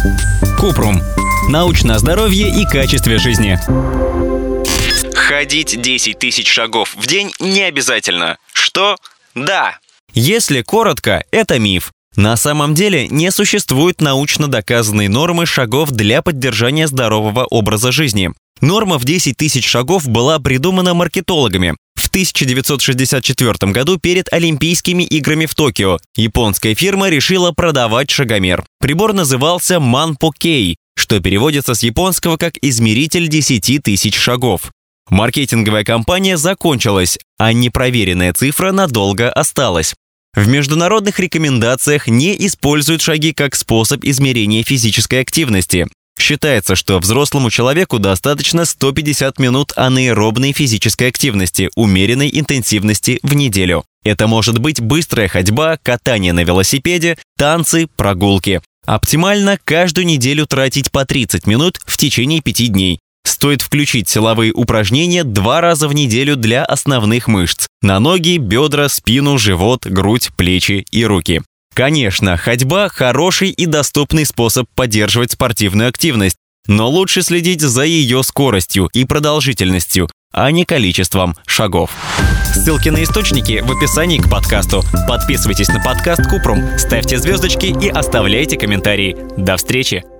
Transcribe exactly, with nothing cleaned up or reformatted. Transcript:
Купрум. Научное здоровье и качестве жизни. Ходить десять тысяч шагов в день не обязательно. Что? Да. Если коротко, это миф. На самом деле не существует научно доказанной нормы шагов для поддержания здорового образа жизни. Норма в десять тысяч шагов была придумана маркетологами. В тысяча девятьсот шестьдесят четвёртом году перед Олимпийскими играми в Токио японская фирма решила продавать шагомер. Прибор назывался Манпо-Кей, что переводится с японского как «измеритель десяти тысяч шагов». Маркетинговая кампания закончилась, а непроверенная цифра надолго осталась. В международных рекомендациях не используют шаги как способ измерения физической активности. Считается, что взрослому человеку достаточно сто пятьдесят минут анаэробной физической активности умеренной интенсивности в неделю. Это может быть быстрая ходьба, катание на велосипеде, танцы, прогулки. Оптимально каждую неделю тратить по тридцать минут в течение пяти дней. Стоит включить силовые упражнения два раза в неделю для основных мышц – на ноги, бедра, спину, живот, грудь, плечи и руки. Конечно, ходьба – хороший и доступный способ поддерживать спортивную активность, но лучше следить за ее скоростью и продолжительностью, а не количеством шагов. Ссылки на источники в описании к подкасту. Подписывайтесь на подкаст Купрум, ставьте звездочки и оставляйте комментарии. До встречи!